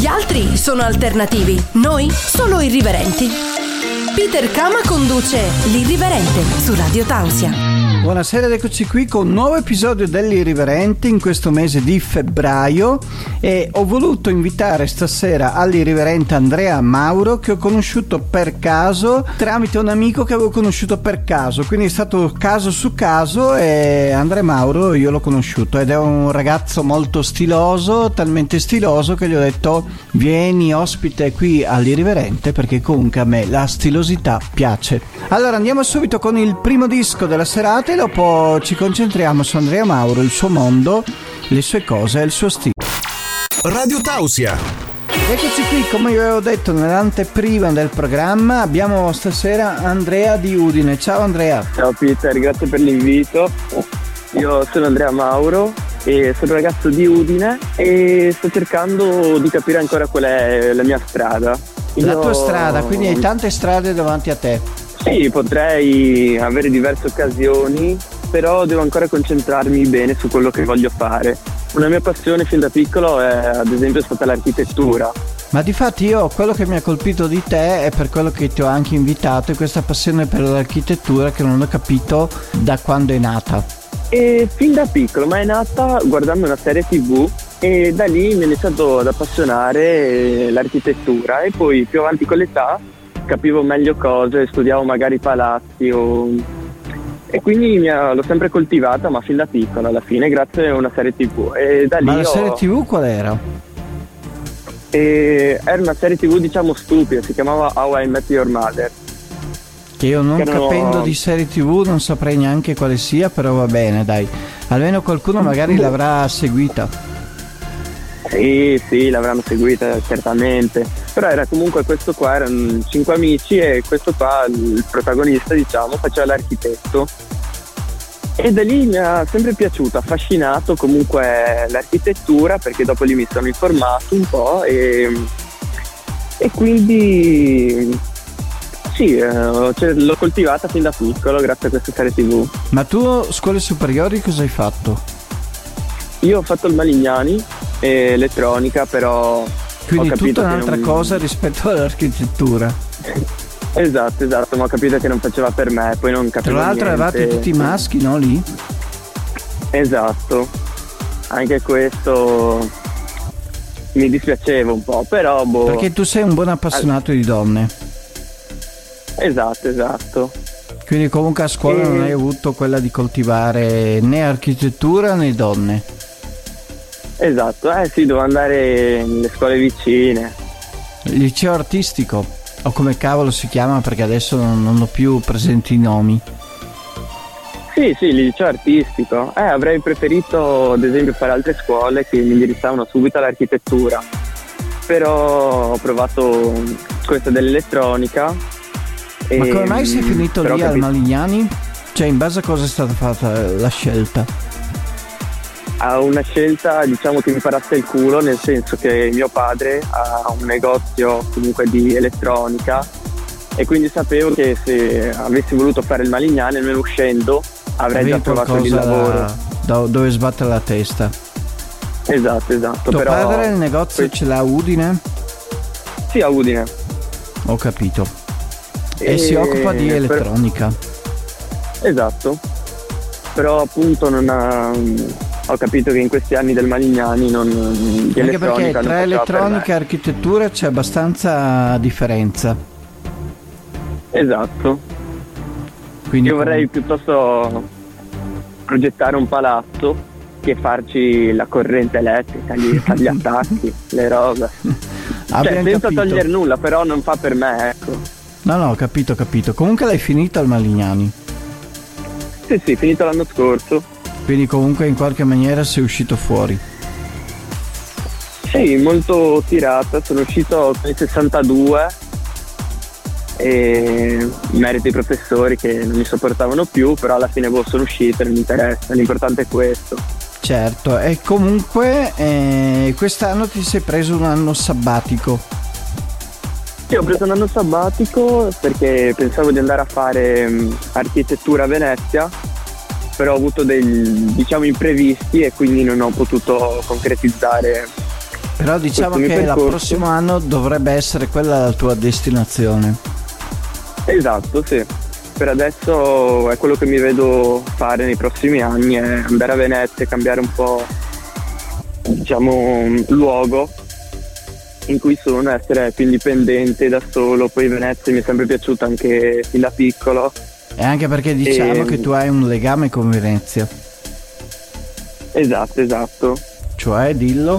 Gli altri sono alternativi, noi solo irriverenti. Peter Kama conduce L'Irriverente su Radio Tausia. Buonasera ed eccoci qui con un nuovo episodio dell'Irriverente in questo mese di febbraio, e ho voluto invitare stasera all'Irriverente Andrea Mauro, che ho conosciuto per caso tramite un amico che avevo conosciuto per caso, quindi è stato caso su caso, e Andrea Mauro io l'ho conosciuto ed è un ragazzo molto stiloso, talmente stiloso che gli ho detto vieni ospite qui all'Irriverente, perché comunque a me la stilosità piace. Allora andiamo subito con il primo disco della serata e dopo ci concentriamo su Andrea Mauro, il suo mondo, le sue cose e il suo stile. Radio Tausia. Eccoci qui, come vi avevo detto nell'anteprima del programma, abbiamo stasera Andrea di Udine. Ciao Andrea. Ciao Peter, grazie per l'invito. Io sono Andrea Mauro e sono un ragazzo di Udine e sto cercando di capire ancora qual è la mia strada. La tua strada, quindi hai tante strade davanti a te. Sì, potrei avere diverse occasioni, però devo ancora concentrarmi bene su quello che voglio fare. Una mia passione fin da piccolo è, ad esempio, stata l'architettura. Ma difatti io quello che mi ha colpito di te è per quello che ti ho anche invitato, è questa passione per l'architettura che non ho capito da quando è nata. E fin da piccolo, ma è nata guardando una serie TV e da lì mi è iniziato ad appassionare l'architettura, e poi più avanti con l'età capivo meglio cose, studiavo magari palazzi e quindi l'ho sempre coltivata, ma fin da piccola alla fine, grazie a una serie TV. E da lì ma la serie TV qual era? Era una serie TV diciamo stupida, si chiamava How I Met Your Mother. Che io non capendo di serie TV non saprei neanche quale sia, però va bene, dai. Almeno qualcuno magari l'avrà seguita. Sì, l'avranno seguita certamente, però era comunque questo qua, erano 5 amici e questo qua, il protagonista diciamo, faceva l'architetto, e da lì mi ha sempre piaciuto, affascinato comunque l'architettura, perché dopo lì mi sono informato un po' e quindi sì, l'ho coltivata fin da piccolo grazie a questa serie TV. Ma tu scuole superiori cosa hai fatto? Io ho fatto il Malignani, elettronica, però quindi ho capito tutta un'altra cosa rispetto all'architettura. Esatto, ma ho capito che non faceva per me, poi non capivo tra l'altro niente. Eravate tutti maschi, no, lì? Esatto, anche questo mi dispiaceva un po', però perché tu sei un buon appassionato di donne. Esatto. Quindi comunque a scuola non hai avuto quella di coltivare né architettura né donne. Esatto, sì, devo andare nelle scuole vicine. Il liceo artistico, o come cavolo si chiama, perché adesso non ho più presenti i nomi. Sì, il liceo artistico. Avrei preferito ad esempio fare altre scuole che mi indirizzavano subito all'architettura, però ho provato questa dell'elettronica. Ma come mai sei finito lì al Malignani? Cioè, in base a cosa è stata fatta la scelta? A una scelta diciamo che mi parasse il culo, nel senso che mio padre ha un negozio comunque di elettronica e quindi sapevo che se avessi voluto fare il Malignani, almeno uscendo avrei già trovato il lavoro dove sbattere la testa. Esatto. Tuo però padre il negozio ce l'ha a Udine? Sì, a Udine. Ho capito. E si occupa di elettronica. Esatto, però appunto ho capito che in questi anni del Malignani anche perché tra elettronica e architettura c'è abbastanza differenza. Esatto. Quindi io vorrei piuttosto progettare un palazzo che farci la corrente elettrica, gli attacchi, le robe. Senza togliere nulla, però non fa per me, ecco. No, ho capito. Comunque l'hai finito al Malignani? Sì, finito l'anno scorso. Quindi comunque in qualche maniera sei uscito fuori. Sì, molto tirata, sono uscito con i 62 e in merito ai professori che non mi sopportavano più, però alla fine sono uscito e non mi interessa, l'importante è questo. Certo, e comunque quest'anno ti sei preso un anno sabbatico. Sì, ho preso un anno sabbatico perché pensavo di andare a fare architettura a Venezia, però ho avuto degli imprevisti e quindi non ho potuto concretizzare Però diciamo che il prossimo anno dovrebbe essere quella la tua destinazione. Esatto, sì. Per adesso è quello che mi vedo fare nei prossimi anni, è andare a Venezia e cambiare un po', diciamo, luogo in cui sono, essere più indipendente da solo. Poi Venezia mi è sempre piaciuta anche fin da piccolo. E anche perché diciamo che tu hai un legame con Venezia. Esatto. Cioè, dillo.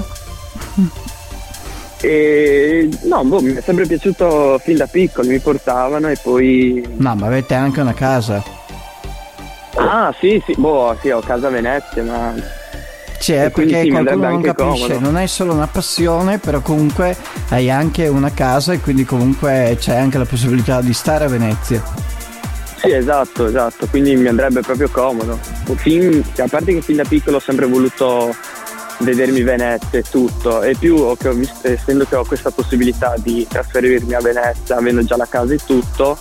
No, mi è sempre piaciuto fin da piccolo, mi portavano e poi... No, ma avete anche una casa. Ah, sì, ho casa a Venezia, ma... Cioè, perché sì, qualcuno non capisce, comodo. Non è solo una passione, però comunque hai anche una casa e quindi comunque c'è anche la possibilità di stare a Venezia. Sì, esatto, quindi mi andrebbe proprio comodo. A parte che fin da piccolo ho sempre voluto vedermi Venezia e tutto, e più che ho visto, essendo che ho questa possibilità di trasferirmi a Venezia avendo già la casa e tutto,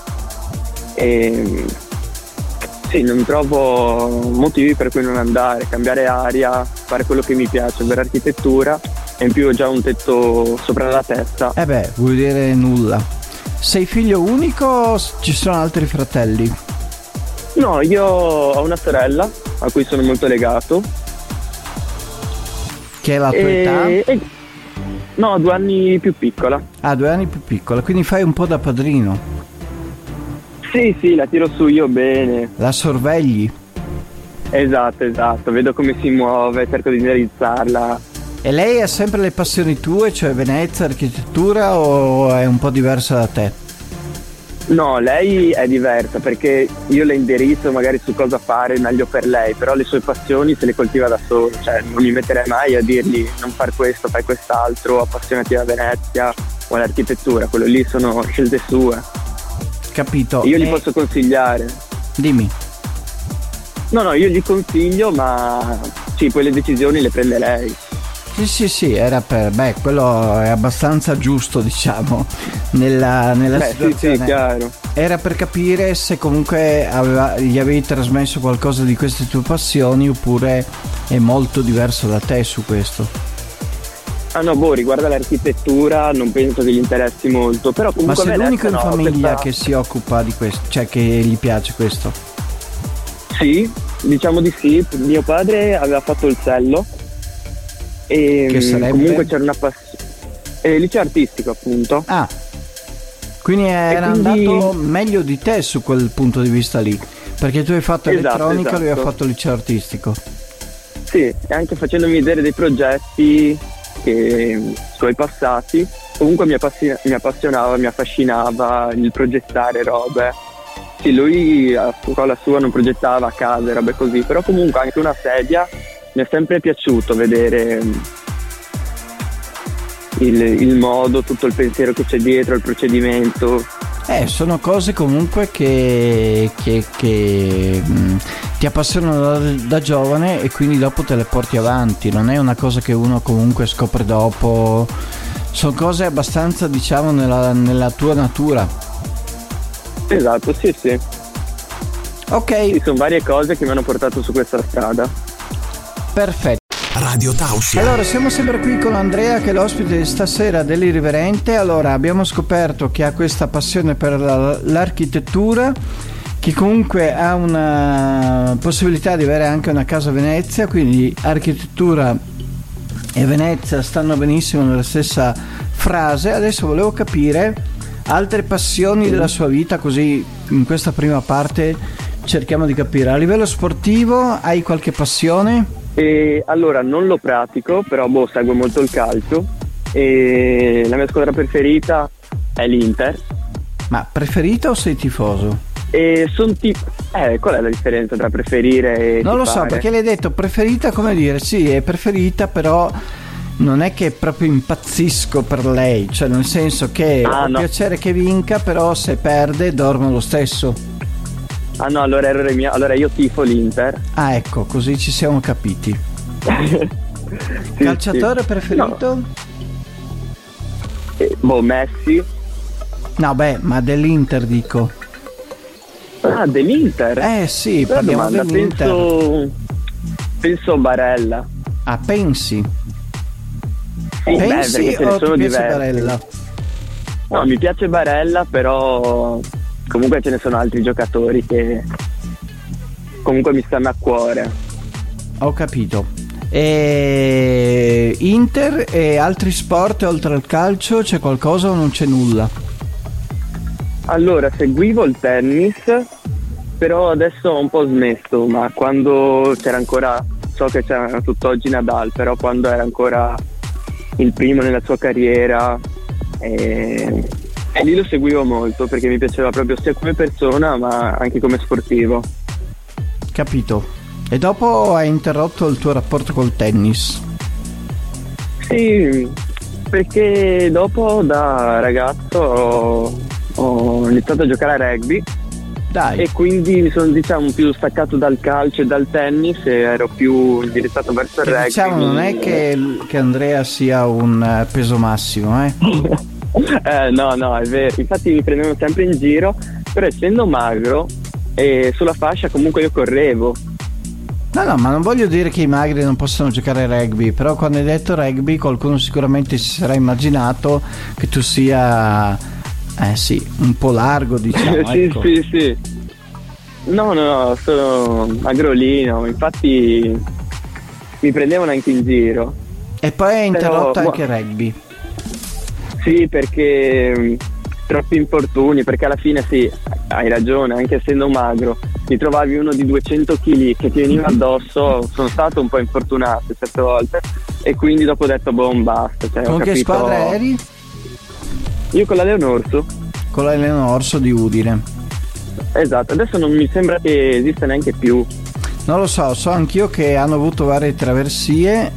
e sì, non trovo motivi per cui non andare, cambiare aria, fare quello che mi piace, avere architettura, e in più ho già un tetto sopra la testa. Vuol dire nulla. Sei figlio unico o ci sono altri fratelli? No, io ho una sorella a cui sono molto legato. Che è la tua età? No, 2 anni più piccola. Ah, 2 anni più piccola, quindi fai un po' da padrino. Sì, la tiro su io bene. La sorvegli? Esatto, vedo come si muove, cerco di indirizzarla. E lei ha sempre le passioni tue, cioè Venezia, architettura, o è un po' diversa da te? No, lei è diversa perché io le indirizzo magari su cosa fare meglio per lei, però le sue passioni se le coltiva da solo, cioè non mi metterei mai a dirgli non far questo, fai quest'altro, appassionati a Venezia o all'architettura, quello lì sono scelte sue. Capito. Io gli posso consigliare. Dimmi. No, io gli consiglio, ma sì, poi le decisioni le prende lei. Sì, era per... quello è abbastanza giusto, diciamo, nella situazione. Sì, chiaro. Era per capire se comunque gli avevi trasmesso qualcosa di queste tue passioni oppure è molto diverso da te su questo. Ah no, riguardo all'architettura non penso che gli interessi molto, però comunque... Ma sei l'unico in famiglia che si occupa di questo, cioè che gli piace questo? Sì, diciamo di sì. Mio padre aveva fatto il cello e che sarebbe? Comunque c'era una passione, liceo artistico appunto. Ah, quindi era andato meglio di te su quel punto di vista lì, perché tu hai fatto elettronica, lui ha fatto il liceo artistico. Sì, e anche facendomi vedere dei progetti suoi passati, comunque mi appassionava, mi affascinava il progettare robe. Sì, lui a scuola sua non progettava a casa, robe così, però comunque anche una sedia mi è sempre piaciuto vedere il modo, tutto il pensiero che c'è dietro, il procedimento. Sono cose comunque che ti appassionano da giovane e quindi dopo te le porti avanti, non è una cosa che uno comunque scopre dopo, sono cose abbastanza, diciamo, nella tua natura. Esatto, sì. Ok. Ci sono varie cose che mi hanno portato su questa strada. Perfetto. Radio Tausia. Allora, siamo sempre qui con Andrea, che è l'ospite di stasera dell'Irriverente. Allora, abbiamo scoperto che ha questa passione per l'architettura, che comunque ha una possibilità di avere anche una casa a Venezia, quindi architettura e Venezia stanno benissimo nella stessa frase. Adesso volevo capire altre passioni della sua vita, così in questa prima parte cerchiamo di capire. A livello sportivo hai qualche passione? Allora non lo pratico, però seguo molto il calcio e la mia squadra preferita è l'Inter. Ma preferita o sei tifoso? Qual è la differenza tra preferire e non lo tifare? so, perché l'hai detto preferita, come dire, sì, è preferita, però non è che proprio impazzisco per lei, cioè nel senso che ho piacere che vinca, però se perde dormo lo stesso. Ah no, allora errore mio, allora io tifo l'Inter. Ah, ecco, così ci siamo capiti. Sì, calciatore preferito? No. Messi. No, ma dell'Inter dico. Ah, dell'Inter? Sì, parliamo dell'Inter. Penso Barella. Ah, pensi? Sì, Pensi perché ce ne o sono ti piace diversi. Barella? No, mi piace Barella, però comunque ce ne sono altri giocatori che comunque mi stanno a cuore. Ho capito. E Inter e altri sport oltre al calcio, c'è qualcosa o non c'è nulla? Allora, seguivo il tennis, però adesso ho un po' smesso, ma quando c'era ancora, so che c'era tutt'oggi Nadal, però quando era ancora il primo nella sua carriera, e lì lo seguivo molto perché mi piaceva proprio sia come persona ma anche come sportivo. Capito. E dopo hai interrotto il tuo rapporto col tennis? Sì, perché dopo da ragazzo ho iniziato a giocare a rugby Dai. e quindi mi sono diciamo più staccato dal calcio e dal tennis e ero più indirizzato verso il Che rugby. diciamo non è che Andrea sia un peso massimo, eh? No, è vero, infatti mi prendevano sempre in giro, però essendo magro e sulla fascia comunque io correvo. No, ma non voglio dire che i magri non possono giocare a rugby, però quando hai detto rugby qualcuno sicuramente si sarà immaginato che tu sia, sì, un po' largo, diciamo. Sì, ecco. sì. No, sono magrolino, infatti mi prendevano anche in giro. E poi hai interrotto Però, anche il rugby. Sì, perché troppi infortuni, perché alla fine sì, hai ragione, anche essendo magro, mi trovavi uno di 200 kg che ti veniva addosso, sono stato un po' infortunato certe volte e quindi dopo ho detto basta. Cioè, Con ho che capito... squadra eri? Io con la Leonorso. Con la Leonorso di Udine. Esatto, adesso non mi sembra che esista neanche più. Non lo so anch'io che hanno avuto varie traversie.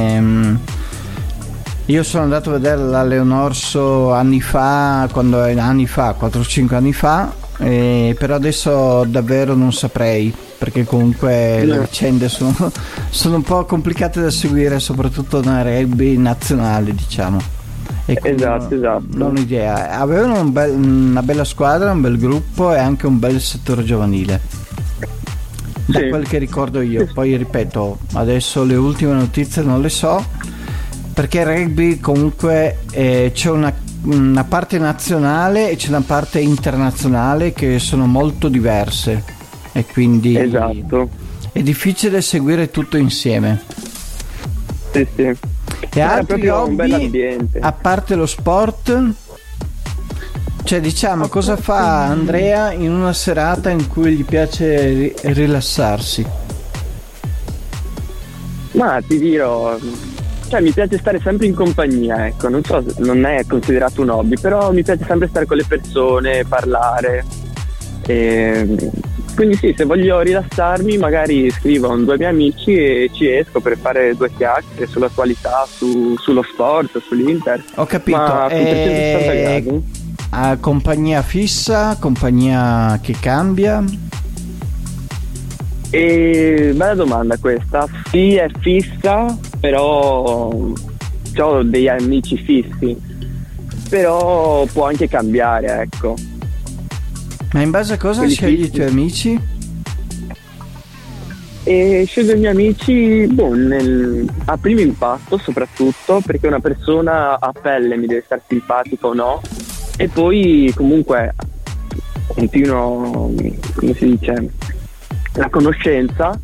Io sono andato a vedere la Leonorso anni fa, 4-5 anni fa, però adesso davvero non saprei, perché comunque le vicende sono un po' complicate da seguire, soprattutto nel rugby nazionale, diciamo. E Esatto. Non ho idea. Avevano una bella squadra, un bel gruppo e anche un bel settore giovanile, da Sì. quel che ricordo io. Poi ripeto, adesso le ultime notizie non le so, perché il rugby comunque c'è una parte nazionale e c'è una parte internazionale che sono molto diverse e quindi Esatto. è difficile seguire tutto insieme. Sì. E Era altri proprio un bel hobby ambiente. a parte lo sport? Cioè diciamo, cosa fa Andrea in una serata in cui gli piace rilassarsi? Ma ti dirò, cioè mi piace stare sempre in compagnia, ecco, non so, non è considerato un hobby, però mi piace sempre stare con le persone, parlare. Quindi sì, se voglio rilassarmi magari scrivo a 2 miei amici e ci esco per fare 2 chiacchiere sull'attualità, sullo sport, sull'Inter. Ho capito. Ma su 360 gradi. A compagnia fissa, compagnia che cambia? E bella domanda questa. Sì, è fissa, però ho degli amici fissi, però può anche cambiare, ecco. Ma in base a cosa Quelli scegli fissi. i tuoi amici? E scelgo i miei amici a primo impatto soprattutto, perché una persona a pelle mi deve stare simpatica o no, e poi comunque continuo, come si dice, la conoscenza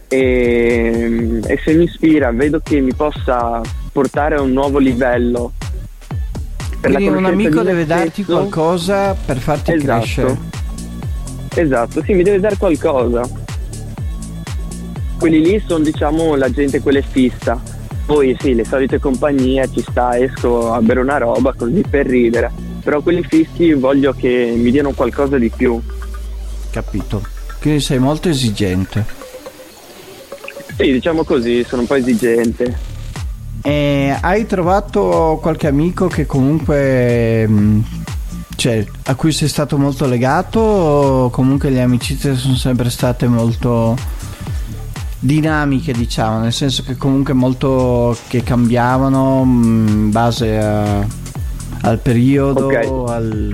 e se mi ispira, vedo che mi possa portare a un nuovo livello. Per la Quindi un conoscenza amico di me deve darti stesso. qualcosa per farti crescere. Esatto, sì, mi deve dare qualcosa. Quelli lì sono, diciamo, la gente quella è fissa. Poi sì, le solite compagnie, ci sta, esco a bere una roba così per ridere. Però quelli fissi voglio che mi diano qualcosa di più. Capito. Quindi sei molto esigente. Sì, diciamo così, sono un po' esigente. E hai trovato qualche amico che comunque cioè, a cui sei stato molto legato, o comunque le amicizie sono sempre state molto dinamiche, diciamo, nel senso che comunque molto che cambiavano in base al periodo, Ok.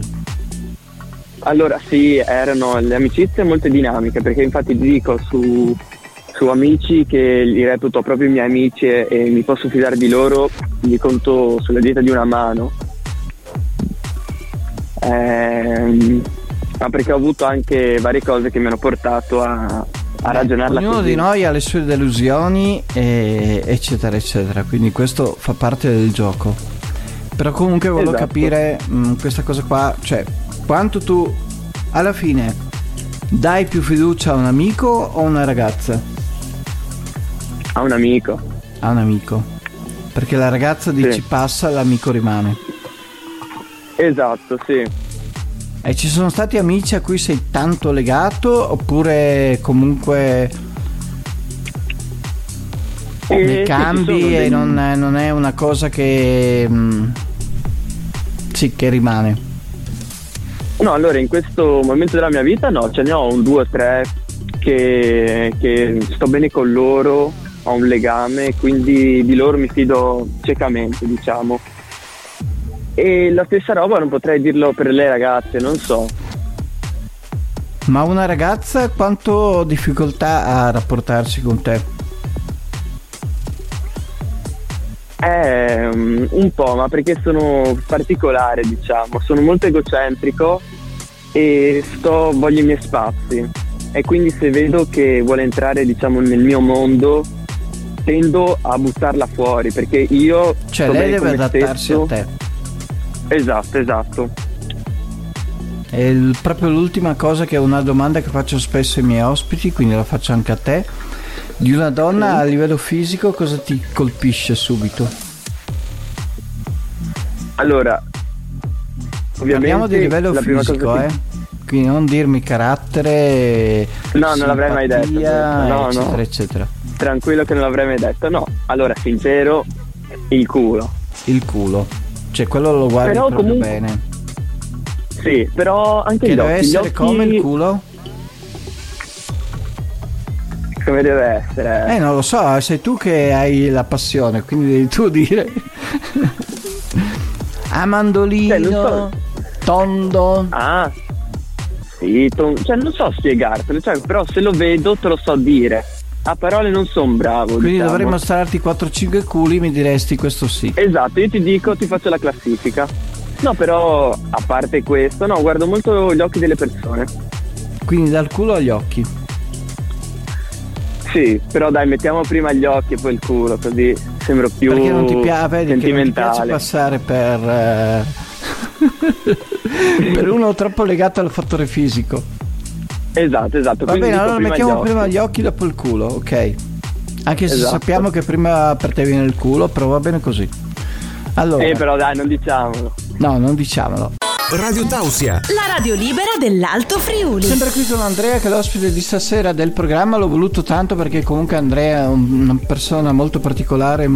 Allora sì, erano le amicizie molto dinamiche, perché infatti ti dico, su amici che li reputo proprio i miei amici e mi posso fidare di loro, li conto sulla dita di una mano. Ma perché ho avuto anche varie cose che mi hanno portato a ragionarla ognuno così. di noi ha le sue delusioni, eccetera eccetera, quindi questo fa parte del gioco. Però comunque volevo Esatto. capire questa cosa qua, cioè quanto tu alla fine dai più fiducia a un amico o a una ragazza? A un amico. A un amico, perché la ragazza dici Sì. passa, l'amico rimane. Esatto, sì. E ci sono stati amici a cui sei tanto legato oppure comunque ne Sì, cambi ci sono e dei- non è una cosa che sì, che rimane? No, allora in questo momento della mia vita no, ce ne ho un 2 o 3 che sto bene con loro, ho un legame, quindi di loro mi fido ciecamente, diciamo. E la stessa roba non potrei dirlo per le ragazze, non so. Ma una ragazza quanto difficoltà ha a rapportarsi con te? Un po', ma perché sono particolare, diciamo, sono molto egocentrico e voglio i miei spazi, e quindi se vedo che vuole entrare, diciamo, nel mio mondo tendo a buttarla fuori, perché io Cioè sto lei bene deve con me adattarsi stesso. a te. Esatto. È proprio l'ultima cosa, che è una domanda che faccio spesso ai miei ospiti, quindi la faccio anche a te. Di una donna a livello fisico cosa ti colpisce subito? Allora, ovviamente Parliamo di livello la prima fisico, cosa che- quindi non dirmi carattere, No, non l'avrei mai detto simpatia, questo. No, eccetera no. eccetera. Tranquillo che non l'avrei mai detto. No, allora sincero, il culo. Il culo, cioè quello lo guardi Però proprio comunque- bene. Sì, però anche Che gli deve occhi. Gli essere occhi come il culo? come deve essere. Non lo so, sei tu che hai la passione, quindi devi tu dire. A mandolino, non so. tondo. Ah, sì, cioè non so spiegartelo, cioè, però se lo vedo te lo so dire. A parole non sono bravo. Quindi diciamo. dovrei mostrarti 4-5 culi, mi diresti questo sì. Esatto, io ti dico, ti faccio la classifica. No, però a parte questo, no, guardo molto gli occhi delle persone. Quindi dal culo agli occhi. Sì, però dai, mettiamo prima gli occhi e poi il culo, così sembro più Perché non ti piace, vedi che non ti piace sentimentale. passare per per uno troppo legato al fattore fisico. Esatto. Va quindi bene, dico allora mettiamo occhi. prima gli occhi, dopo il culo, ok. Anche se Esatto. sappiamo che prima per te viene il culo, però va bene così. Allora, Però dai, non diciamolo. no, non diciamolo. Radio Tausia. La radio libera dell'Alto Friuli. Sempre qui con Andrea, che è l'ospite di stasera del programma. L'ho voluto tanto perché comunque Andrea è una persona molto particolare,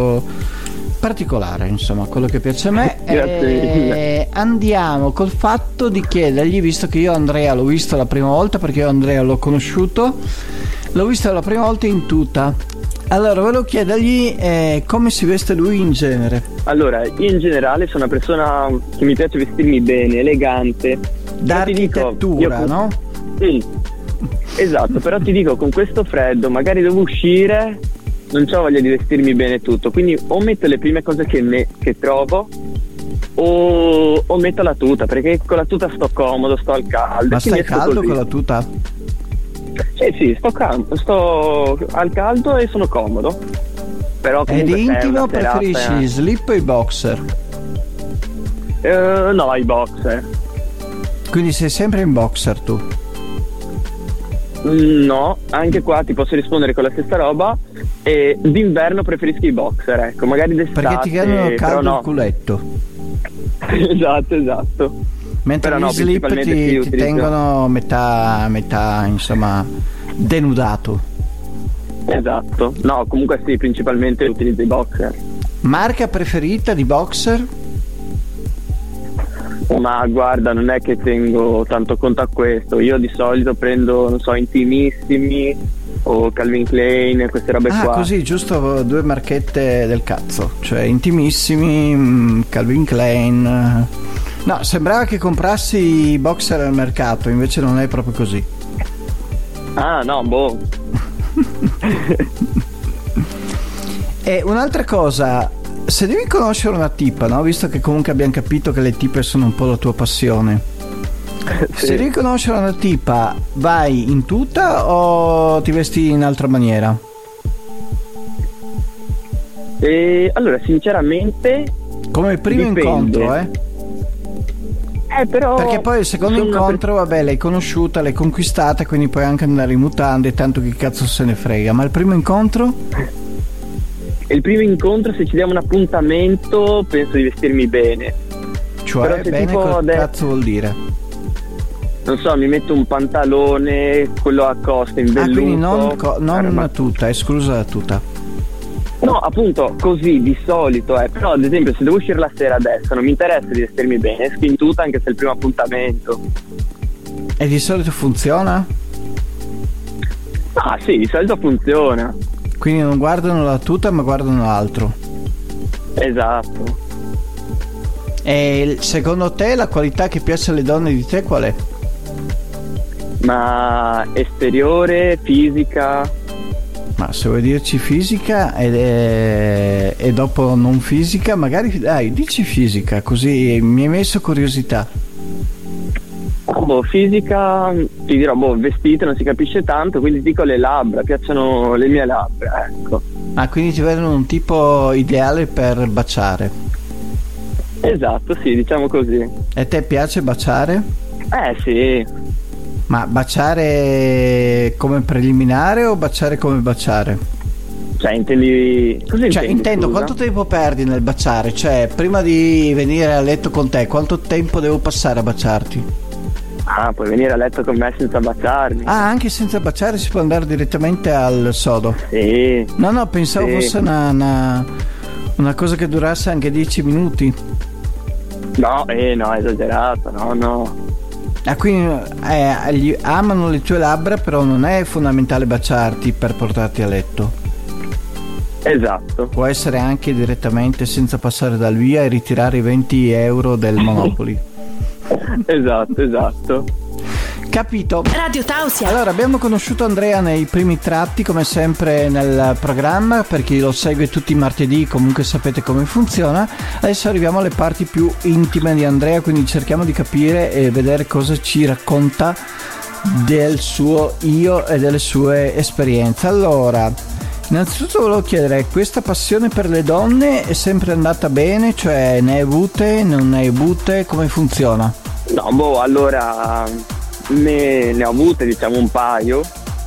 insomma, quello che piace a me. Grazie mille. E andiamo col fatto di chiedergli, visto che io Andrea l'ho visto la prima volta, perché io Andrea l'ho conosciuto, l'ho visto la prima volta in tuta. Allora volevo chiedergli come si veste lui in genere. Allora, io in generale sono una persona che mi piace vestirmi bene, elegante. Però ti dico, D'architettura, io- no? Sì, esatto, però ti dico, con questo freddo magari devo uscire, non c'ho voglia di vestirmi bene e tutto, quindi o metto le prime cose che trovo o metto la tuta, perché con la tuta sto comodo, sto al caldo. Ma quindi stai esco caldo così. con la tuta? Sì, sto al caldo e sono comodo. Però Ed comunque se è intimo una serata- preferisci slip o i boxer? No, i boxer. Quindi sei sempre in boxer tu? No, anche qua ti posso rispondere con la stessa roba. E d'inverno preferisco i boxer, ecco, magari d'estate. Perché ti chiedono però caldo no. il culetto. Esatto. Mentre Però gli no, slip principalmente sì, ti utilizzo- tengono metà, insomma, denudato. Esatto. No, comunque sì, principalmente utilizzo i boxer. Marca preferita di boxer? Ma guarda, non è che tengo tanto conto a questo. Io di solito prendo, non so, Intimissimi o Calvin Klein, queste robe Ah, qua. così, giusto, due marchette del cazzo. Cioè Intimissimi, Calvin Klein. No, sembrava che comprassi i boxer al mercato, invece non è proprio così. Ah, no, boh. E un'altra cosa, se devi conoscere una tipa, no? Visto che comunque abbiamo capito che le tipe sono un po' la tua passione, Sì. se devi conoscere una tipa, vai in tuta o ti vesti in altra maniera? E allora, sinceramente, Come il primo dipende. incontro, però Perché poi il secondo sono una incontro, vabbè, l'hai conosciuta, l'hai conquistata, quindi puoi anche andare in mutande, tanto che cazzo se ne frega. Ma il primo incontro? il primo incontro, se ci diamo un appuntamento, penso di vestirmi bene. Cioè, Però se bene, tipo che cazzo vuol dire? Non so, mi metto un pantalone, quello a costa in velluto. Quindi non arma- tuta, esclusa la tuta. No, appunto, così di solito, però ad esempio se devo uscire la sera adesso non mi interessa di vestirmi bene, esco in tuta anche se è il primo appuntamento. E di solito funziona? Ah sì, di solito funziona. Quindi non guardano la tuta ma guardano l'altro. Esatto. E secondo te la qualità che piace alle donne di te qual è? Ma esteriore, fisica? Ma se vuoi dirci fisica e dopo non fisica, magari dai, dici fisica, così mi hai messo curiosità. Fisica, ti dirò, vestite non si capisce tanto, quindi dico le labbra, piacciono le mie labbra, ecco. Ah, quindi ti vedono un tipo ideale per baciare. Esatto, sì, diciamo così. E a te piace baciare? Sì. Ma baciare come preliminare o baciare come baciare? Cioè, intendi... Cosa Cioè, intendi, intendo scusa? quanto tempo perdi nel baciare? Cioè, prima di venire a letto con te, quanto tempo devo passare a baciarti? Ah, puoi venire a letto con me senza baciarmi. Ah, anche senza baciare si può andare direttamente al sodo? Sì. No, pensavo Sì. fosse una cosa che durasse anche 10 minuti. No, esagerato, no. Ah, quindi amano le tue labbra, però non è fondamentale baciarti per portarti a letto. Esatto. Può essere anche direttamente senza passare dal via e ritirare i 20 euro del Monopoli. Esatto. Capito. Radio Tausia. Allora, abbiamo conosciuto Andrea nei primi tratti, come sempre nel programma. Per chi lo segue tutti i martedì, comunque sapete come funziona. Adesso arriviamo alle parti più intime di Andrea, quindi cerchiamo di capire e vedere cosa ci racconta del suo io e delle sue esperienze. Allora, innanzitutto volevo chiedere, questa passione per le donne è sempre andata bene? Cioè, ne hai avute, non ne hai avute? Come funziona? No, allora ne ho avute, diciamo, un paio.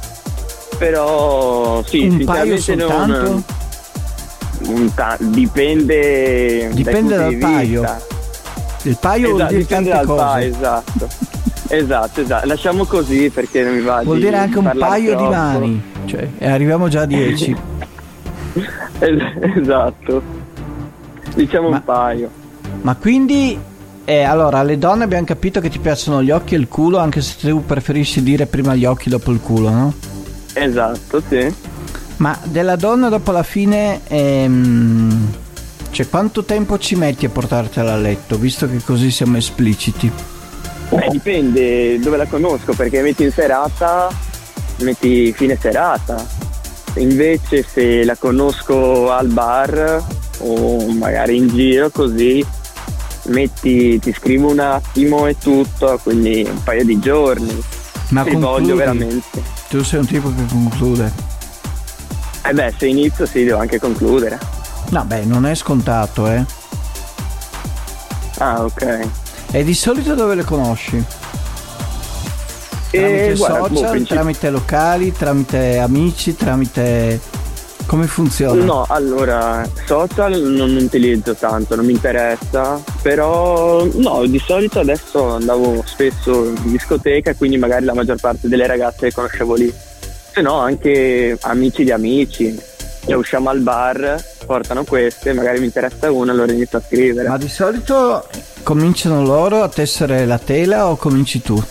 Però sì, Un paio sinceramente soltanto? Dipende Dal paio. Il paio vuol dire dipende tante dal cose. paio, esatto. Lasciamo così perché non mi va Vuol di dire anche un parlare paio di troppo. mani, cioè, e arriviamo già a 10. Esatto. Diciamo un paio. Ma quindi, allora, alle donne abbiamo capito che ti piacciono gli occhi e il culo, anche se tu preferisci dire prima gli occhi dopo il culo, no? Esatto, sì. Ma della donna dopo la fine, cioè, quanto tempo ci metti a portartela a letto, visto che così siamo espliciti? Dipende dove la conosco, perché metti in serata, metti fine serata. Invece se la conosco al bar o magari in giro così, ti scrivo un attimo e tutto, quindi un paio di giorni. Ma Se concludi? voglio veramente. Tu sei un tipo che conclude. Se inizio sì, devo anche concludere. No, beh, non è scontato, eh. Ah, ok. E di solito dove le conosci? Tramite Guarda, social, tramite locali, tramite amici, tramite... Come funziona? No, allora, social non utilizzo tanto, non mi interessa, però no, di solito adesso andavo spesso in discoteca, quindi magari la maggior parte delle ragazze le conoscevo lì. Se no anche amici di amici, e usciamo al bar, portano queste, magari mi interessa una, allora inizio a scrivere. Ma di solito cominciano loro a tessere la tela o cominci tu?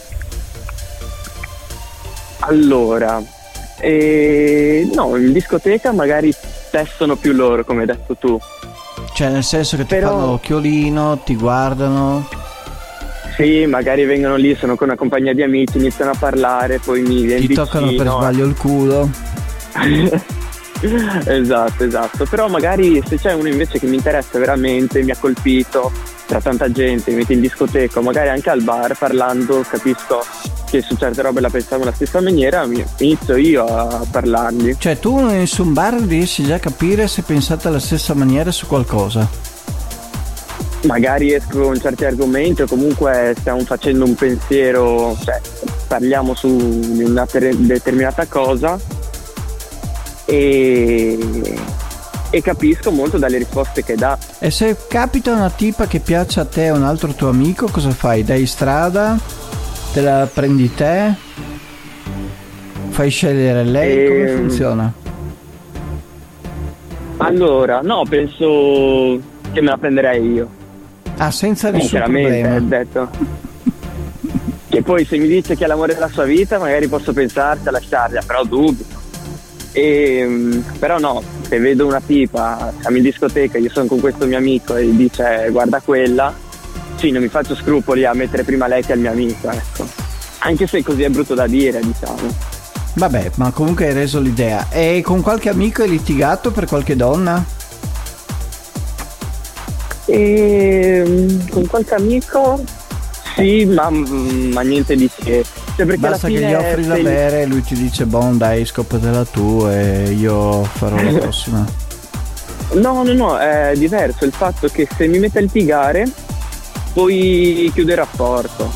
Allora, no, in discoteca magari tessono più loro, come hai detto tu. Cioè, nel senso che ti Però- fanno l'occhiolino, ti guardano. Sì, magari vengono lì, sono con una compagnia di amici, iniziano a parlare, poi mi viene Ti toccano per sbaglio il culo. Esatto, però magari se c'è uno invece che mi interessa veramente, mi ha colpito tra tanta gente, mi metti in discoteca, magari anche al bar parlando, capisco che su certe robe la pensiamo alla stessa maniera, inizio io a parlargli. Cioè tu in nessun bar riesci già a capire se pensate alla stessa maniera su qualcosa? Magari esco con certi argomenti o comunque stiamo facendo un pensiero, cioè parliamo su una determinata cosa e capisco molto dalle risposte che dà. E se capita una tipa che piace a te o un altro tuo amico, cosa fai? Dai strada? Te la prendi te? Fai scegliere lei? Come funziona? Allora, no, penso che me la prenderei io. Ah, senza nessun problema. Detto. Che poi se mi dice che è l'amore della sua vita, magari posso pensarci a lasciarla, però dubito. Però no, se vedo una tipa, siamo in discoteca, io sono con questo mio amico e dice guarda quella, sì, non mi faccio scrupoli a mettere prima lei che al mio amico, ecco. Anche se così è brutto da dire, diciamo. Vabbè, ma comunque hai reso l'idea. E con qualche amico hai litigato per qualche donna? Con qualche amico sì, ma niente di che. Cioè, basta che gli offri da bere e lui ti dice bon dai scopatela tu e io farò la prossima. No, è diverso il fatto che se mi mette a litigare poi chiude il rapporto.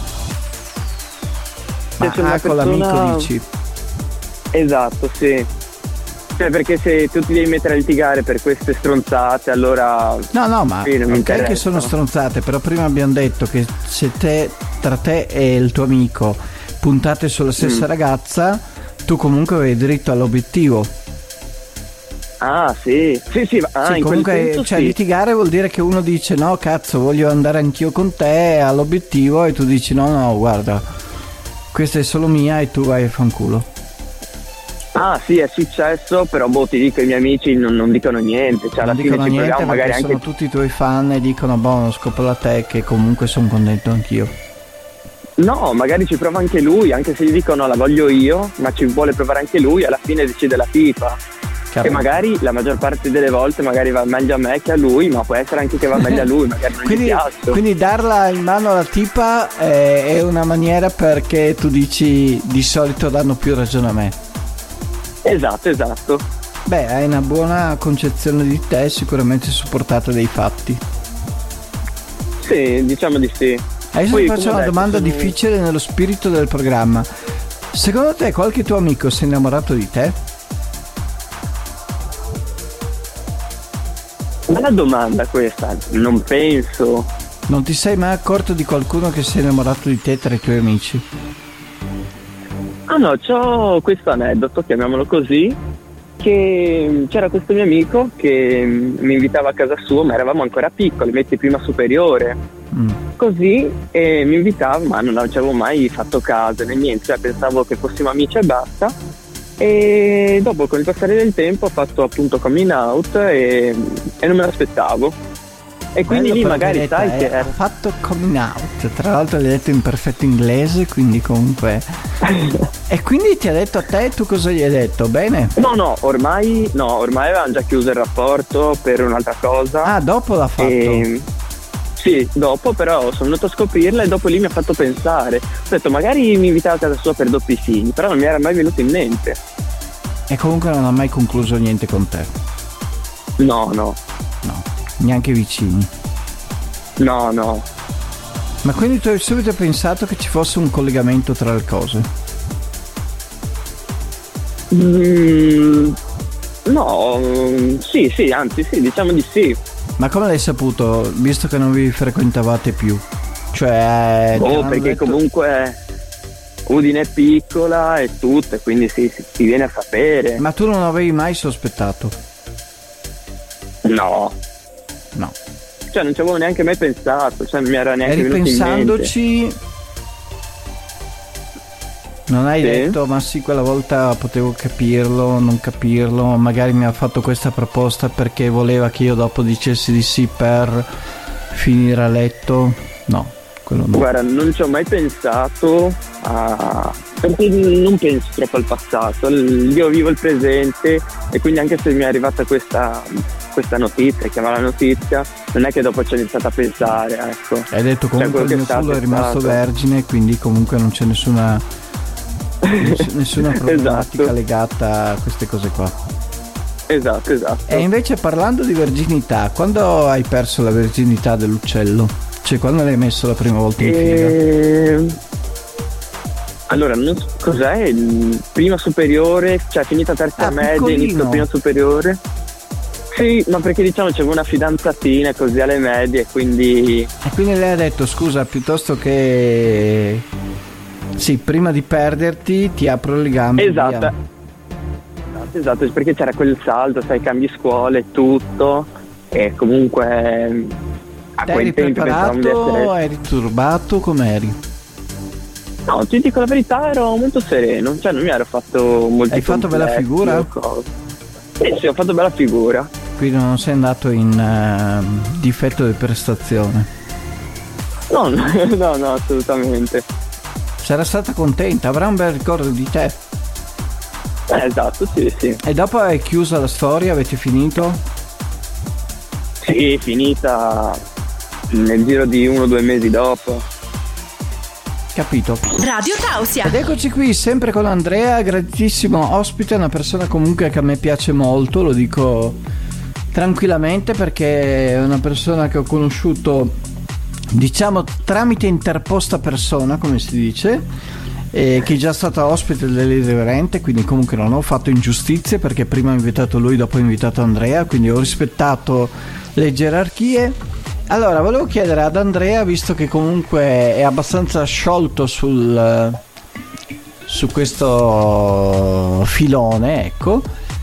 Ma con l'amico dici? Esatto, sì. Cioè perché se tu ti devi mettere a litigare per queste stronzate allora no ma ok che sono stronzate, però prima abbiamo detto che se tra te e il tuo amico puntate sulla stessa ragazza, tu comunque avevi diritto all'obiettivo. Ah sì, in comunque quel cioè sì. Litigare vuol dire che uno dice no cazzo voglio andare anch'io con te all'obiettivo, e tu dici no guarda questa è solo mia e tu vai a fanculo. Ah sì, è successo, però ti dico, i miei amici non dicono niente, cioè alla fine ci proviamo magari anche. Sono tutti i tuoi fan e dicono non scopro a te, che comunque sono contento anch'io. No, magari ci prova anche lui, anche se gli dicono la voglio io, ma ci vuole provare anche lui, alla fine decide la tipa. E magari la maggior parte delle volte magari va meglio a me che a lui, ma può essere anche che va meglio a lui, magari non gli piace. Quindi darla in mano alla tipa è una maniera perché tu dici di solito danno più ragione a me. Esatto. Beh, hai una buona concezione di te, sicuramente supportata dai fatti. Sì, diciamo di sì. Adesso ti faccio una domanda difficile nello spirito del programma. Secondo te qualche tuo amico si è innamorato di te? Bella domanda questa, non penso. Non ti sei mai accorto di qualcuno che si è innamorato di te tra i tuoi amici? Ah no, c'ho questo aneddoto, chiamiamolo così, che c'era questo mio amico che mi invitava a casa sua, ma eravamo ancora piccoli, metti prima superiore, così, e mi invitava, ma non ci avevo mai fatto caso né niente, cioè pensavo che fossimo amici e basta. E dopo, con il passare del tempo, ho fatto appunto coming out e non me l'aspettavo. E quindi lì magari sai che ha fatto coming out, tra l'altro l'hai detto in perfetto inglese, quindi comunque e quindi ti ha detto a te, tu cosa gli hai detto? Bene? No, ormai avevamo già chiuso il rapporto per un'altra cosa. Ah, dopo l'ha fatto? Sì, dopo, però sono venuto a scoprirla e dopo lì mi ha fatto pensare. Ho detto magari mi invitava a casa sua per doppi figli, però non mi era mai venuto in mente. E comunque non ha mai concluso niente con te? No, neanche vicini? No. Ma quindi tu hai subito pensato che ci fosse un collegamento tra le cose? No, sì, anzi sì, diciamo di sì. Ma come l'hai saputo, visto che non vi frequentavate più? Cioè... perché comunque Udine è piccola e tutto, quindi sì, si viene a sapere. Ma tu non avevi mai sospettato? No. Cioè non ci avevo neanche mai pensato, cioè non mi era neanche venuto in mente. Ripensandoci, non hai detto ma sì, quella volta potevo capirlo, non capirlo, magari mi ha fatto questa proposta perché voleva che io dopo dicessi di sì per finire a letto? No, quello no. Guarda, non ci ho mai pensato perché non penso troppo al passato, io vivo il presente e quindi anche se mi è arrivata questa notizia, chiamala notizia, non è che dopo ci ho iniziato a pensare, ecco. Hai detto comunque il mio culo è rimasto vergine, quindi comunque non c'è nessuna problematica esatto. legata a queste cose qua. Esatto. E invece parlando di verginità, quando hai perso la verginità dell'uccello? Cioè quando l'hai messo la prima volta in figa? Allora, non so cos'è, il prima superiore, cioè finita terza media, inizio prima superiore. Sì, ma perché diciamo c'avevo una fidanzatina così alle medie, quindi... E quindi lei ha detto, scusa, piuttosto che... Sì, prima di perderti ti apro le gambe. Esatto, perché c'era quel salto, sai, cambi scuole e tutto, e comunque a quei tempi pensavamo di essere... Eri turbato, com'eri? No, ti dico la verità, ero molto sereno, cioè non mi ero fatto molti. Hai fatto bella figura? Sì, ho fatto bella figura. Quindi non sei andato in difetto di prestazione? No, assolutamente. Sarà stata contenta, avrà un bel ricordo di te. Esatto, sì. E dopo hai chiuso la storia, avete finito? Sì, finita nel giro di 1 o 2 mesi dopo. Capito. Radio Tausia. Ed eccoci qui sempre con Andrea, graditissimo ospite, una persona comunque che a me piace molto, lo dico tranquillamente perché è una persona che ho conosciuto, diciamo, tramite interposta persona, come si dice, che è già stata ospite dell'Irriverente, quindi comunque non ho fatto ingiustizie perché prima ho invitato lui, dopo ho invitato Andrea, quindi ho rispettato le gerarchie. Allora, volevo chiedere ad Andrea, visto che comunque è abbastanza sciolto su questo filone, ecco,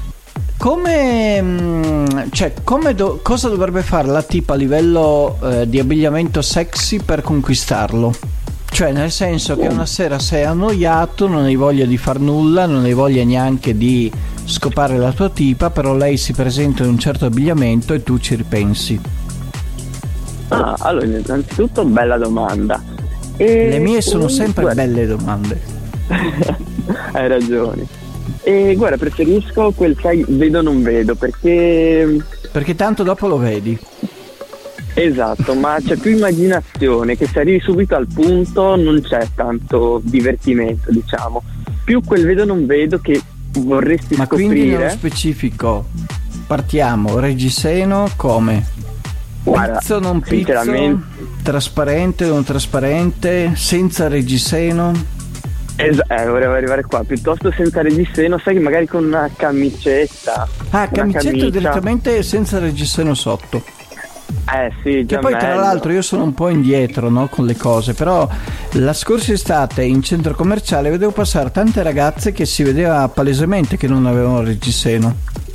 cosa dovrebbe fare la tipa a livello di abbigliamento sexy per conquistarlo? Cioè, nel senso che una sera sei annoiato, non hai voglia di far nulla, non hai voglia neanche di scopare la tua tipa, però lei si presenta in un certo abbigliamento e tu ci ripensi. Allora, innanzitutto bella domanda. Le mie sono sempre belle domande. Hai ragione. E guarda, preferisco quel sai, vedo non vedo, perché tanto dopo lo vedi. Esatto, ma c'è più immaginazione, che se arrivi subito al punto non c'è tanto divertimento, diciamo. Più quel vedo non vedo che vorresti ma scoprire. Ma quindi nello specifico partiamo, reggiseno come? Guarda, pizzo, non pizzo, trasparente, non trasparente, senza reggiseno? Volevo arrivare qua, piuttosto senza reggiseno, sai, che magari con una camicetta. Camicetta direttamente senza reggiseno sotto. Sì, già. Che poi meglio. Tra l'altro io sono un po' indietro, no, con le cose, però la scorsa estate in centro commerciale vedevo passare tante ragazze che si vedeva palesemente che non avevano reggiseno.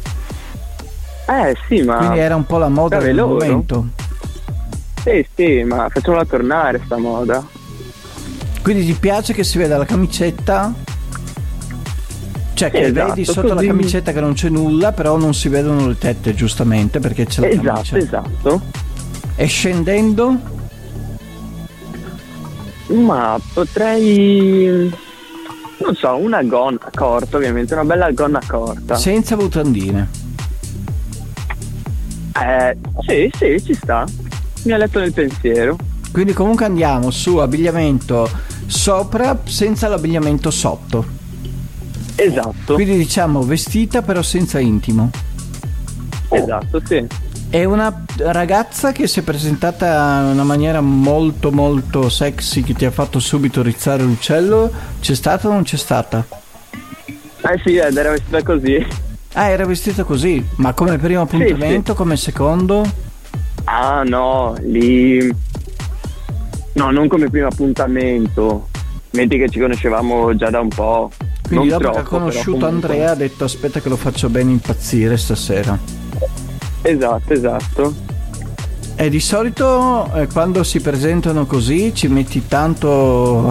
Sì, ma quindi era un po' la moda del momento. Sì, ma facciamola tornare sta moda. Quindi ti piace che si veda la camicetta? Cioè che esatto, vedi sotto la camicetta che non c'è nulla, però non si vedono le tette, giustamente, perché c'è la camicia. Esatto. E scendendo? Ma potrei, non so, una gonna corta, ovviamente, una bella gonna corta. Senza mutandine. Sì, ci sta. Mi ha letto nel pensiero. Quindi comunque andiamo su abbigliamento sopra senza l'abbigliamento sotto. Esatto. Quindi diciamo vestita però senza intimo. Esatto, sì. È una ragazza che si è presentata in una maniera molto molto sexy, che ti ha fatto subito rizzare l'uccello. C'è stata o non c'è stata? Sì, era vestita così. Era vestita così, ma come primo appuntamento, sì. Come secondo? No, lì no, non come primo appuntamento, metti che ci conoscevamo già da un po'. Quindi non dopo troppo, che ha conosciuto Andrea ha detto aspetta che lo faccio bene impazzire stasera. Esatto. E di solito quando si presentano così ci metti tanto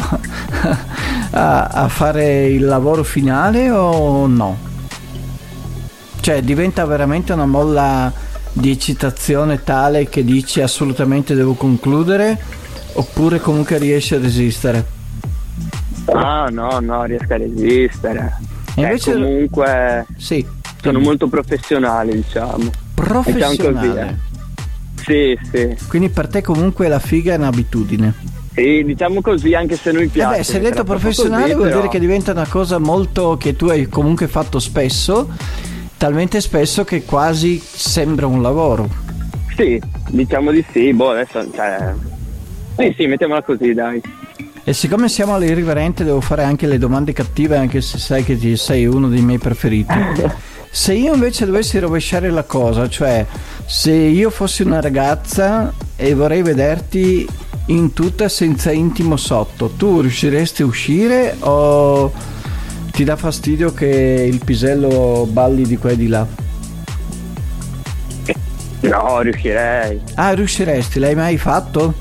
a fare il lavoro finale o no? Cioè diventa veramente una molla di eccitazione tale che dici assolutamente devo concludere, Oppure comunque riesci a resistere? Ah, no, riesco a resistere. E invece comunque sì, sono molto professionale, diciamo. Professionale? Sì. Quindi per te comunque la figa è un'abitudine? Sì, diciamo così, anche se non mi piace. Se hai detto professionale vuol dire che diventa una cosa molto che tu hai comunque fatto spesso, talmente spesso che quasi sembra un lavoro. Sì, diciamo di sì. Adesso sì, mettiamola così, dai. E siccome siamo all'irriverente devo fare anche le domande cattive, anche se sai che sei uno dei miei preferiti. Se io invece dovessi rovesciare la cosa, cioè se io fossi una ragazza e vorrei vederti in tuta senza intimo sotto, tu riusciresti a uscire o ti dà fastidio che il pisello balli di qua e di là? No, riuscirei. Ah, riusciresti? L'hai mai fatto?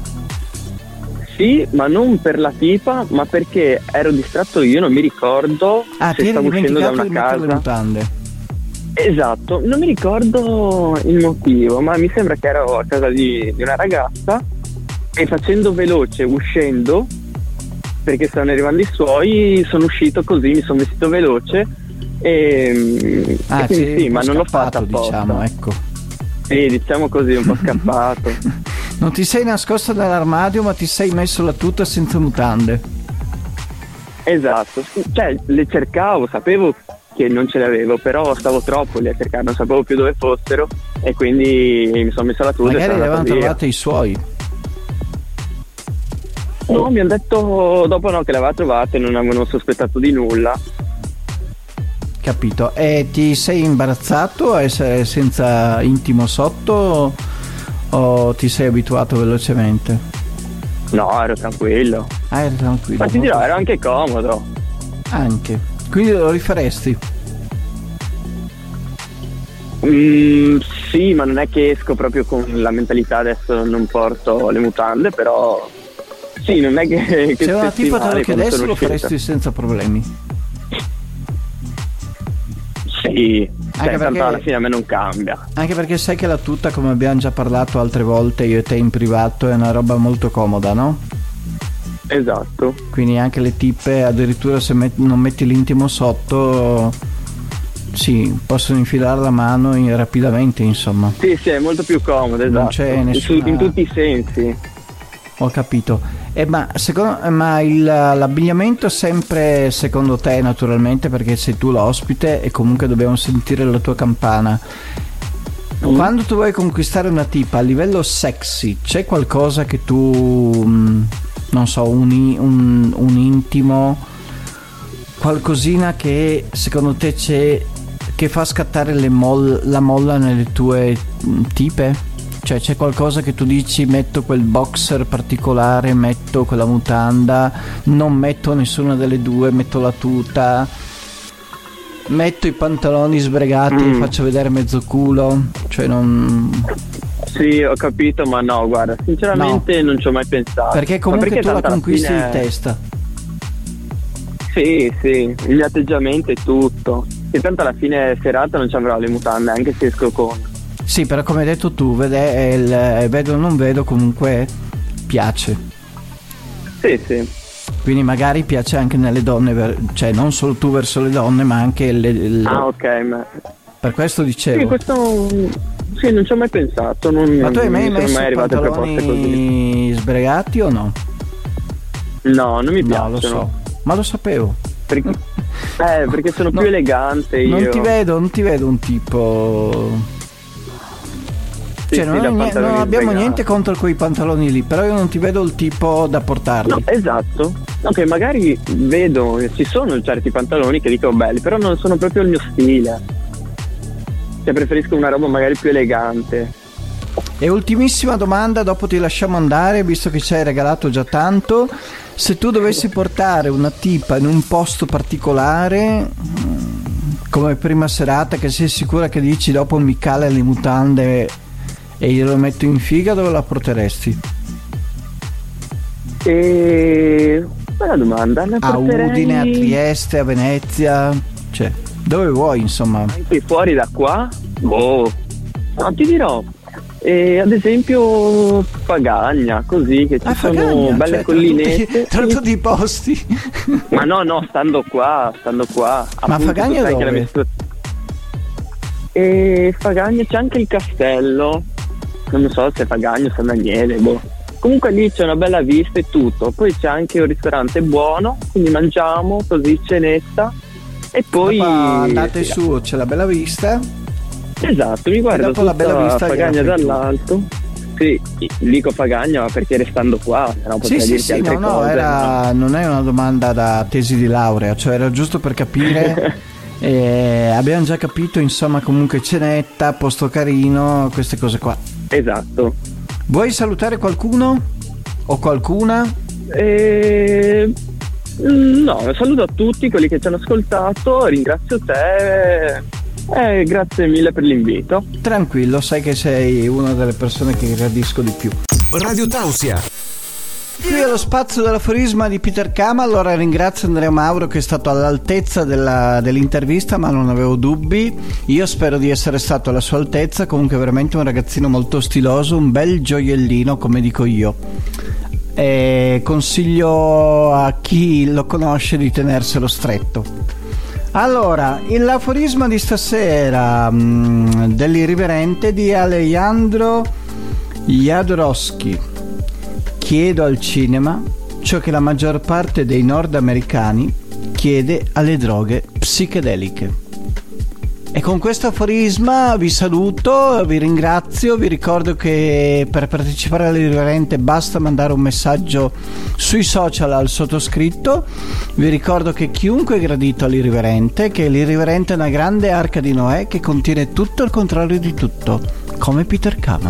Sì, ma non per la tipa, ma perché ero distratto io, non mi ricordo se stavo uscendo da una casa. Le mutande. Esatto, non mi ricordo il motivo, ma mi sembra che ero a casa di una ragazza e facendo veloce, uscendo, perché stavano arrivando i suoi, sono uscito così, mi sono vestito veloce e quindi sì, ma non l'ho fatto apposta. Diciamo, ecco. Sì, diciamo così, un po' scappato. Non ti sei nascosto nell'armadio, ma ti sei messo la tuta senza mutande. Esatto, cioè le cercavo, sapevo che non ce le avevo, però stavo troppo lì a cercare, non sapevo più dove fossero e quindi mi sono messo la tuta. Magari le avevano trovate i suoi. No, mi hanno detto dopo che le aveva trovate, non avevano sospettato di nulla. Capito. E ti sei imbarazzato a essere senza intimo sotto o ti sei abituato velocemente? No, ero tranquillo. Ah, ero tranquillo. Ma ti dirò, ero anche comodo. Anche. Quindi lo rifaresti? Sì, ma non è che esco proprio con la mentalità adesso non porto le mutande, però sì, non è che se una tipa te lo chiedesse lo faresti senza problemi? Sì, anche tanto alla fine a me non cambia. Anche perché sai che la tuta, come abbiamo già parlato altre volte io e te in privato, è una roba molto comoda, no? Esatto. Quindi anche le tipe, addirittura se non metti l'intimo sotto, sì, possono infilare la mano rapidamente, insomma. Sì, è molto più comodo, esatto. Non c'è nessuna... in tutti i sensi. Ho capito. Ma l'abbigliamento sempre secondo te, naturalmente, perché sei tu l'ospite e comunque dobbiamo sentire la tua campana. Quando tu vuoi conquistare una tipa a livello sexy, c'è qualcosa che tu non so, un intimo, qualcosina che secondo te c'è che fa scattare la molla nelle tue tipe? Cioè c'è qualcosa che tu dici metto quel boxer particolare, metto quella mutanda, non metto nessuna delle due, metto la tuta, metto i pantaloni sbregati e faccio vedere mezzo culo, cioè non... Sì, ho capito, ma no, guarda, sinceramente no. Non ci ho mai pensato. Perché comunque tu la conquisti in testa. Sì, gli atteggiamenti e tutto. E tanto alla fine serata non ci avrò le mutande, anche se esco con... Sì, però come hai detto tu, vedo o non vedo, comunque piace. Sì. Quindi magari piace anche nelle donne, cioè non solo tu verso le donne, ma anche Ah, ok, ma... Per questo dicevo. Sì, questo... Sì, non ci ho mai pensato. Ma tu hai mai messo pantaloni sbregati o no? No, non mi piacciono. No, lo so, ma lo sapevo. Perché sono più elegante io. Non ti vedo un tipo... Cioè non abbiamo niente contro quei pantaloni lì, però io non ti vedo il tipo da portarli. No, esatto. Ok, magari vedo, ci sono certi pantaloni che dico belli, però non sono proprio il mio stile. Cioè preferisco una roba magari più elegante. E ultimissima domanda, dopo ti lasciamo andare, visto che ci hai regalato già tanto. Se tu dovessi portare una tipa in un posto particolare, come prima serata, che sei sicura che dici dopo mi cala le mutande e glielo metto in figa, dove la porteresti? Bella domanda. A Udine, a Trieste, a Venezia, cioè dove vuoi, insomma. Anche fuori da qua? Non ti dirò. E ad esempio Pagagna, così, che ci sono Fagagna, belle cioè, collinette. tra tutti i posti. Ma no, stando qua. Ma Appunto, Fagagna sai che dove? E Fagagna c'è anche il castello, non so se è Fagagna o San Daniele, boh. Comunque lì c'è una bella vista e tutto, poi c'è anche un ristorante buono, quindi mangiamo così, cenetta, e poi andate su, c'è la bella vista. Esatto, mi guardo dopo la tutta bella vista Pagagna gliela fai tu. dall'alto. Sì, dico Pagagna ma perché restando qua, se no potrei dirti altre cose. Non è una domanda da tesi di laurea, cioè era giusto per capire. Abbiamo già capito, insomma, comunque cenetta, posto carino, queste cose qua. Esatto. Vuoi salutare qualcuno? O qualcuna? No, saluto a tutti quelli che ci hanno ascoltato, ringrazio te. Grazie mille per l'invito. Tranquillo, sai che sei una delle persone che gradisco di più. Radio Tausia. Qui è lo spazio dell'aforisma di Peter Kama. Allora ringrazio Andrea Mauro che è stato all'altezza dell'intervista, ma non avevo dubbi. Io spero di essere stato alla sua altezza. Comunque veramente un ragazzino molto stiloso, un bel gioiellino, come dico io. Consiglio a chi lo conosce di tenerselo stretto. Allora, l'aforisma di stasera dell'irriverente di Alejandro Jodorowsky. Chiedo al cinema ciò che la maggior parte dei nordamericani chiede alle droghe psichedeliche. E con questo aforisma vi saluto, vi ringrazio, vi ricordo che per partecipare all'irriverente basta mandare un messaggio sui social al sottoscritto. Vi ricordo che chiunque è gradito all'irriverente, che l'irriverente è una grande arca di Noè che contiene tutto il contrario di tutto, come Peter Kama.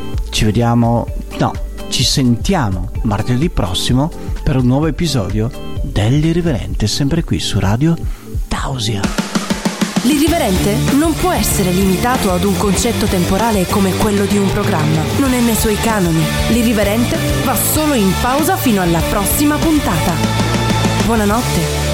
Ci sentiamo martedì prossimo per un nuovo episodio dell'irriverente, sempre qui su Radio Tausia. L'irriverente non può essere limitato ad un concetto temporale come quello di un programma. Non è nei suoi canoni. L'irriverente va solo in pausa fino alla prossima puntata. Buonanotte.